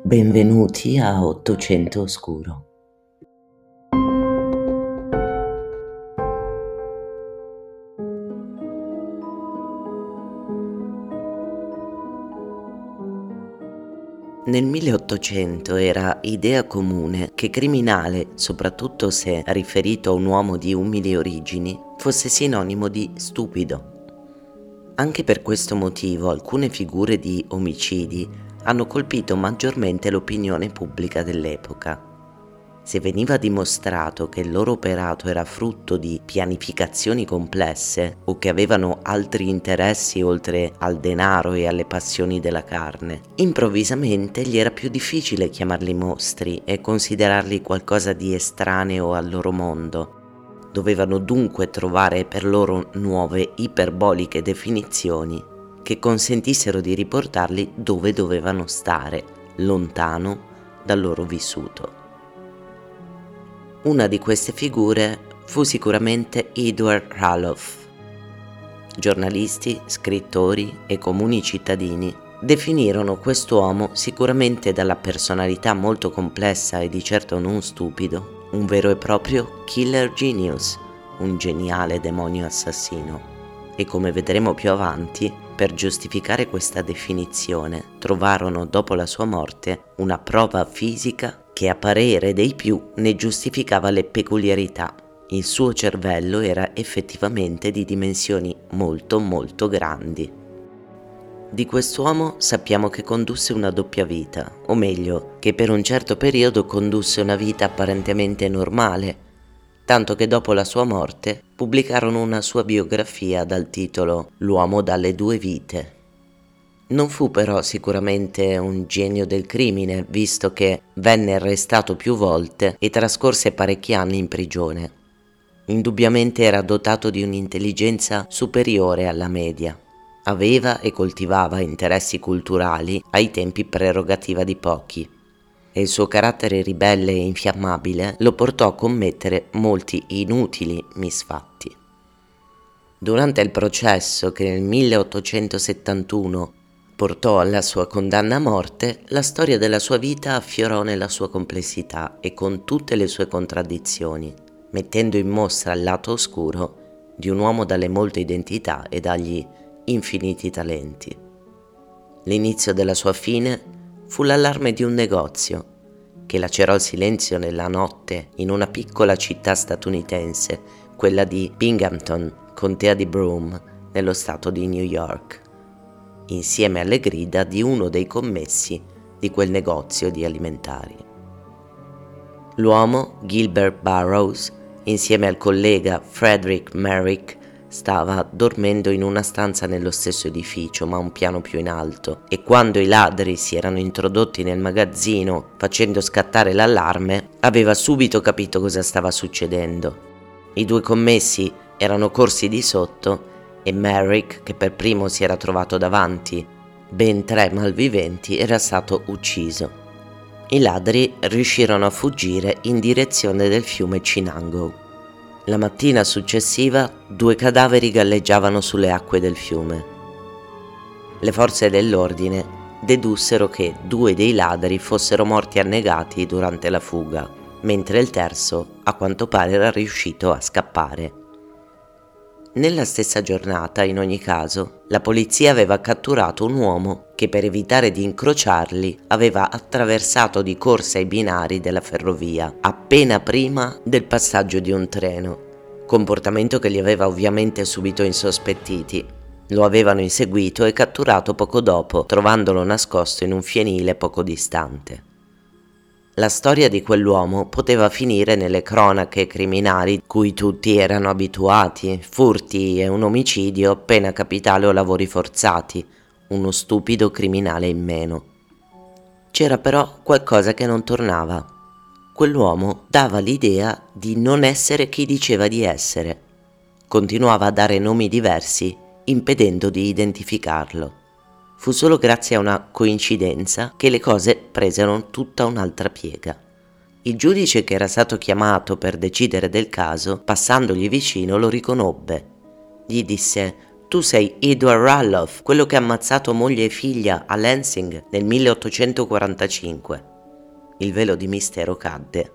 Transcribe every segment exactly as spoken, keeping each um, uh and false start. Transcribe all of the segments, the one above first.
Benvenuti a Ottocento Oscuro. Nel milleottocento era idea comune che criminale, soprattutto se riferito a un uomo di umili origini, fosse sinonimo di stupido. Anche per questo motivo alcune figure di omicidi hanno colpito maggiormente l'opinione pubblica dell'epoca. Se veniva dimostrato che il loro operato era frutto di pianificazioni complesse o che avevano altri interessi oltre al denaro e alle passioni della carne, improvvisamente gli era più difficile chiamarli mostri e considerarli qualcosa di estraneo al loro mondo. Dovevano dunque trovare per loro nuove iperboliche definizioni che consentissero di riportarli dove dovevano stare, lontano dal loro vissuto. Una di queste figure fu sicuramente Edward Ralph. Giornalisti, scrittori e comuni cittadini definirono quest'uomo, sicuramente dalla personalità molto complessa e di certo non stupido, un vero e proprio killer genius, un geniale demonio assassino. E come vedremo più avanti, per giustificare questa definizione, trovarono dopo la sua morte una prova fisica che a parere dei più ne giustificava le peculiarità. Il suo cervello era effettivamente di dimensioni molto molto grandi. Di quest'uomo sappiamo che condusse una doppia vita, o meglio, che per un certo periodo condusse una vita apparentemente normale, tanto che dopo la sua morte pubblicarono una sua biografia dal titolo L'uomo dalle due vite. Non fu però sicuramente un genio del crimine, visto che venne arrestato più volte e trascorse parecchi anni in prigione. Indubbiamente era dotato di un'intelligenza superiore alla media. Aveva e coltivava interessi culturali ai tempi prerogativa di pochi, e il suo carattere ribelle e infiammabile lo portò a commettere molti inutili misfatti. Durante il processo che nel milleottocentosettantuno portò alla sua condanna a morte, la storia della sua vita affiorò nella sua complessità e con tutte le sue contraddizioni, mettendo in mostra il lato oscuro di un uomo dalle molte identità e dagli infiniti talenti. L'inizio della sua fine fu l'allarme di un negozio che lacerò il silenzio nella notte in una piccola città statunitense, quella di Binghamton, contea di Broome, nello stato di New York, insieme alle grida di uno dei commessi di quel negozio di alimentari. L'uomo, Gilbert Burroughs, insieme al collega Frederick Merrick, stava dormendo in una stanza nello stesso edificio, ma un piano più in alto, e quando i ladri si erano introdotti nel magazzino facendo scattare l'allarme, aveva subito capito cosa stava succedendo. I due commessi erano corsi di sotto e Merrick, che per primo si era trovato davanti ben tre malviventi, era stato ucciso. I ladri riuscirono a fuggire in direzione del fiume Chenango. La mattina successiva due cadaveri galleggiavano sulle acque del fiume. Le forze dell'ordine dedussero che due dei ladri fossero morti annegati durante la fuga, mentre il terzo a quanto pare era riuscito a scappare. Nella stessa giornata, in ogni caso, la polizia aveva catturato un uomo che per evitare di incrociarli aveva attraversato di corsa i binari della ferrovia appena prima del passaggio di un treno, comportamento che li aveva ovviamente subito insospettiti. Lo avevano inseguito e catturato poco dopo, trovandolo nascosto in un fienile poco distante. La storia di quell'uomo poteva finire nelle cronache criminali cui tutti erano abituati: furti e un omicidio, pena capitale o lavori forzati, uno stupido criminale in meno. C'era però qualcosa che non tornava. Quell'uomo dava l'idea di non essere chi diceva di essere. Continuava a dare nomi diversi, impedendo di identificarlo. Fu solo grazie a una coincidenza che le cose presero tutta un'altra piega. Il giudice che era stato chiamato per decidere del caso, passandogli vicino, lo riconobbe. Gli disse: Tu sei Edward Ralloff, quello che ha ammazzato moglie e figlia a Lansing nel milleottocentoquarantacinque. Il velo di mistero cadde.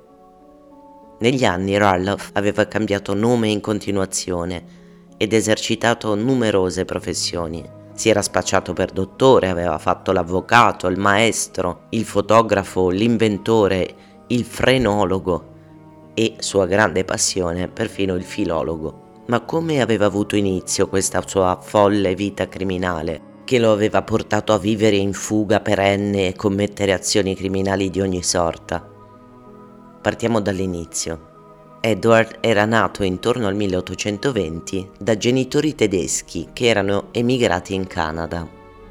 Negli anni Ralloff aveva cambiato nome in continuazione ed esercitato numerose professioni. Si era spacciato per dottore, aveva fatto l'avvocato, il maestro, il fotografo, l'inventore, il frenologo e, sua grande passione, perfino il filologo. Ma come aveva avuto inizio questa sua folle vita criminale che lo aveva portato a vivere in fuga perenne e commettere azioni criminali di ogni sorta? Partiamo dall'inizio. Edward era nato intorno al milleottocentoventi da genitori tedeschi che erano emigrati in Canada.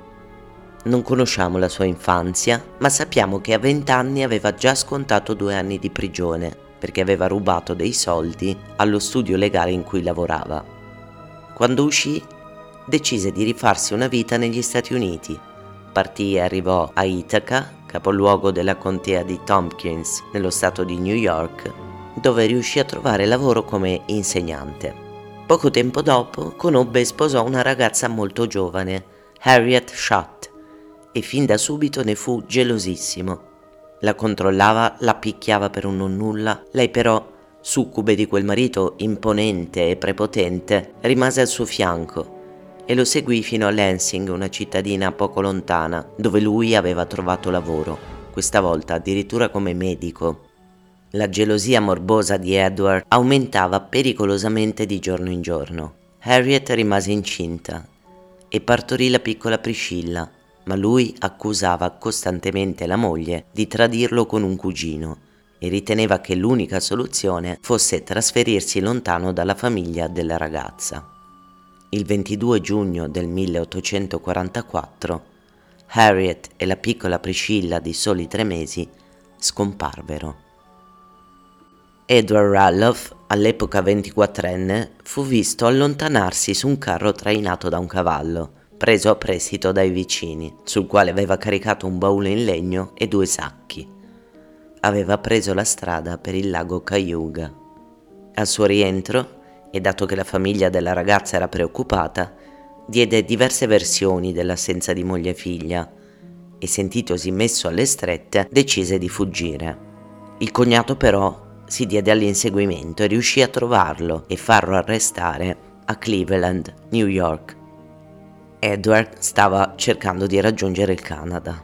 Non conosciamo la sua infanzia, ma sappiamo che a venti anni aveva già scontato due anni di prigione perché aveva rubato dei soldi allo studio legale in cui lavorava. Quando uscì, decise di rifarsi una vita negli Stati Uniti. Partì e arrivò a Ithaca, capoluogo della contea di Tompkins, nello stato di New York, dove riuscì a trovare lavoro come insegnante. Poco tempo dopo conobbe e sposò una ragazza molto giovane, Harriet Schutt, e fin da subito ne fu gelosissimo. La controllava, la picchiava per un nonnulla. Lei però, succube di quel marito imponente e prepotente, rimase al suo fianco e lo seguì fino a Lansing, una cittadina poco lontana, dove lui aveva trovato lavoro, questa volta addirittura come medico. La gelosia morbosa di Edward aumentava pericolosamente di giorno in giorno. Harriet rimase incinta e partorì la piccola Priscilla, ma lui accusava costantemente la moglie di tradirlo con un cugino e riteneva che l'unica soluzione fosse trasferirsi lontano dalla famiglia della ragazza. Il ventidue giugno del milleottocentoquarantaquattro Harriet e la piccola Priscilla di soli tre mesi scomparvero. Edward Ralloff, all'epoca ventiquattrenne, fu visto allontanarsi su un carro trainato da un cavallo, preso a prestito dai vicini, sul quale aveva caricato un baule in legno e due sacchi. Aveva preso la strada per il lago Cayuga. Al suo rientro, e dato che la famiglia della ragazza era preoccupata, diede diverse versioni dell'assenza di moglie e figlia e, sentitosi messo alle strette, decise di fuggire. Il cognato però si diede all'inseguimento e riuscì a trovarlo e farlo arrestare a Cleveland, New York. Edward stava cercando di raggiungere il Canada.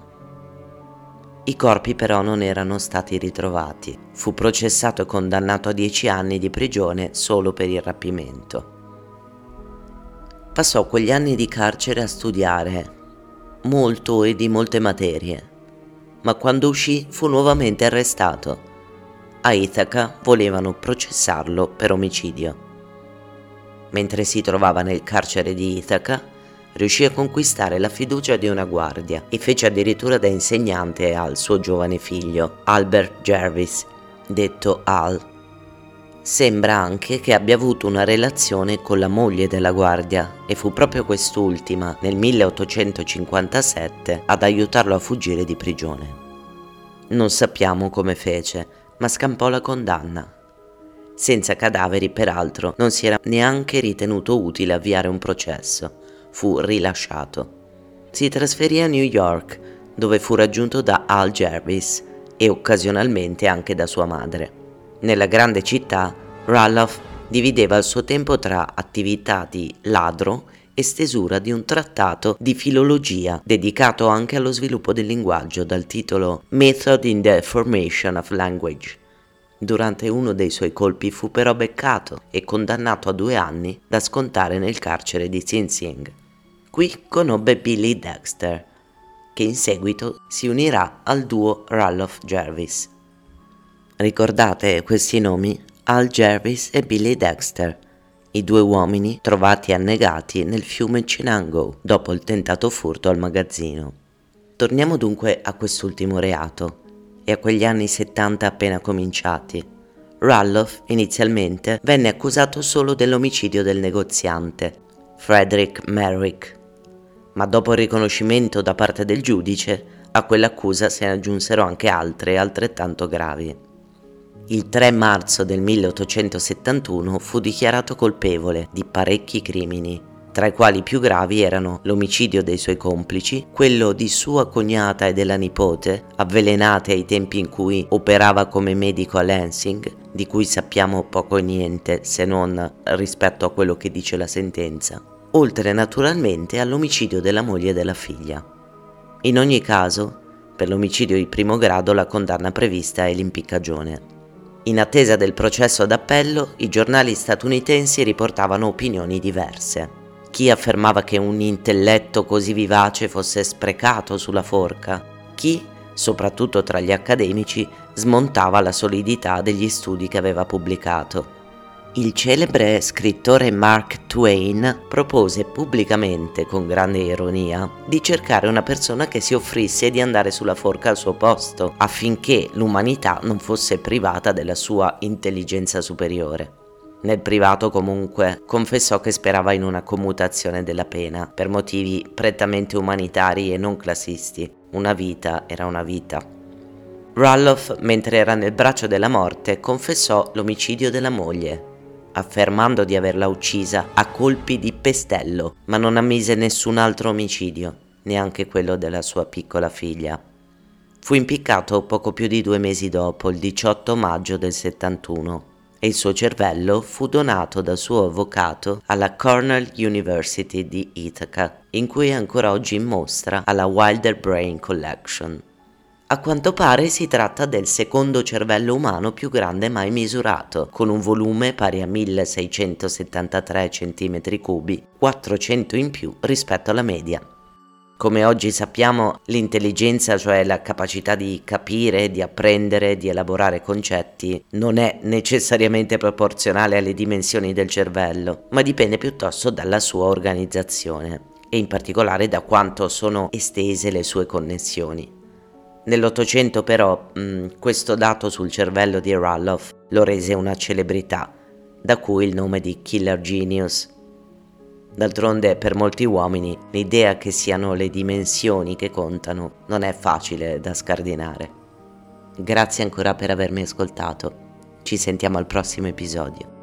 I corpi però non erano stati ritrovati. Fu processato e condannato a dieci anni di prigione solo per il rapimento. Passò quegli anni di carcere a studiare molto e di molte materie, ma quando uscì fu nuovamente arrestato. A Ithaca volevano processarlo per omicidio. Mentre si trovava nel carcere di Ithaca, riuscì a conquistare la fiducia di una guardia e fece addirittura da insegnante al suo giovane figlio, Albert Jarvis, detto Al. Sembra anche che abbia avuto una relazione con la moglie della guardia e fu proprio quest'ultima, nel milleottocentocinquantasette, ad aiutarlo a fuggire di prigione. Non sappiamo come fece, ma scampò la condanna. Senza cadaveri, peraltro, non si era neanche ritenuto utile avviare un processo. Fu rilasciato. Si trasferì a New York, dove fu raggiunto da Al Jarvis e occasionalmente anche da sua madre. Nella grande città, Ralloff divideva il suo tempo tra attività di ladro e stesura di un trattato di filologia dedicato anche allo sviluppo del linguaggio dal titolo Method in the Formation of Language. Durante uno dei suoi colpi fu però beccato e condannato a due anni da scontare nel carcere di Sing Sing. Qui conobbe Billy Dexter, che in seguito si unirà al duo Ralloff-Jarvis. Ricordate questi nomi? Al Jarvis e Billy Dexter, i due uomini trovati annegati nel fiume Chenango dopo il tentato furto al magazzino. Torniamo dunque a quest'ultimo reato e a quegli anni settanta appena cominciati. Ralloff inizialmente venne accusato solo dell'omicidio del negoziante, Frederick Merrick, ma dopo il riconoscimento da parte del giudice a quell'accusa se ne aggiunsero anche altre altrettanto gravi. Il tre marzo del milleottocentosettantuno fu dichiarato colpevole di parecchi crimini, tra i quali i più gravi erano l'omicidio dei suoi complici, quello di sua cognata e della nipote, avvelenate ai tempi in cui operava come medico a Lansing, di cui sappiamo poco e niente se non rispetto a quello che dice la sentenza, oltre naturalmente all'omicidio della moglie e della figlia. In ogni caso, per l'omicidio di primo grado la condanna prevista è l'impiccagione. In attesa del processo d'appello, i giornali statunitensi riportavano opinioni diverse. Chi affermava che un intelletto così vivace fosse sprecato sulla forca, chi, soprattutto tra gli accademici, smontava la solidità degli studi che aveva pubblicato. Il celebre scrittore Mark Twain propose pubblicamente, con grande ironia, di cercare una persona che si offrisse di andare sulla forca al suo posto, affinché l'umanità non fosse privata della sua intelligenza superiore. Nel privato, comunque, confessò che sperava in una commutazione della pena, per motivi prettamente umanitari e non classisti. Una vita era una vita. Ralph, mentre era nel braccio della morte, confessò l'omicidio della moglie, affermando di averla uccisa a colpi di pestello, ma non ammise nessun altro omicidio, neanche quello della sua piccola figlia. Fu impiccato poco più di due mesi dopo, il diciotto maggio del settantuno, e il suo cervello fu donato dal suo avvocato alla Cornell University di Ithaca, in cui è ancora oggi in mostra alla Wilder Brain Collection. A quanto pare si tratta del secondo cervello umano più grande mai misurato, con un volume pari a milleseicentosettantatré centimetri cubi, quattrocento in più rispetto alla media. Come oggi sappiamo, l'intelligenza, cioè la capacità di capire, di apprendere, di elaborare concetti, non è necessariamente proporzionale alle dimensioni del cervello, ma dipende piuttosto dalla sua organizzazione e in particolare da quanto sono estese le sue connessioni. Nell'Ottocento però mh, questo dato sul cervello di Ralph lo rese una celebrità, da cui il nome di Killer Genius. D'altronde per molti uomini l'idea che siano le dimensioni che contano non è facile da scardinare. Grazie ancora per avermi ascoltato, ci sentiamo al prossimo episodio.